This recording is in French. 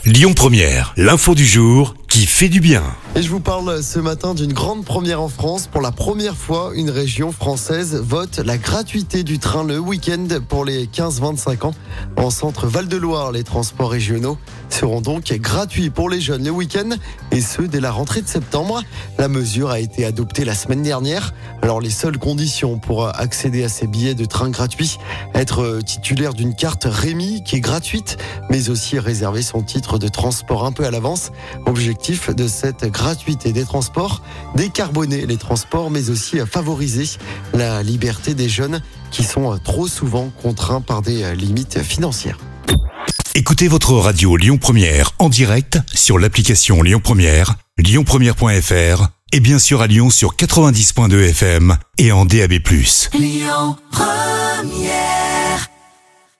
Lyon Première, l'info du jour qui fait du bien. Et je vous parle ce matin d'une grande première en France. Pour la première fois, une région française vote la gratuité du train le week-end pour les 15-25 ans. En centre Val-de-Loire, les transports régionaux seront donc gratuits pour les jeunes le week-end et ce dès la rentrée de septembre. La mesure a été adoptée la semaine dernière. Alors les seules conditions pour accéder à ces billets de train gratuits, être titulaire d'une carte Rémi qui est gratuite, mais aussi réserver son titre de transport un peu à l'avance. Objectif de cette gratuité des transports, décarboner les transports, mais aussi favoriser la liberté des jeunes qui sont trop souvent contraints par des limites financières. Écoutez votre radio Lyon Première en direct sur l'application Lyon Première, lyonpremière.fr et bien sûr à Lyon sur 90.2 FM et en DAB+. Lyon Première.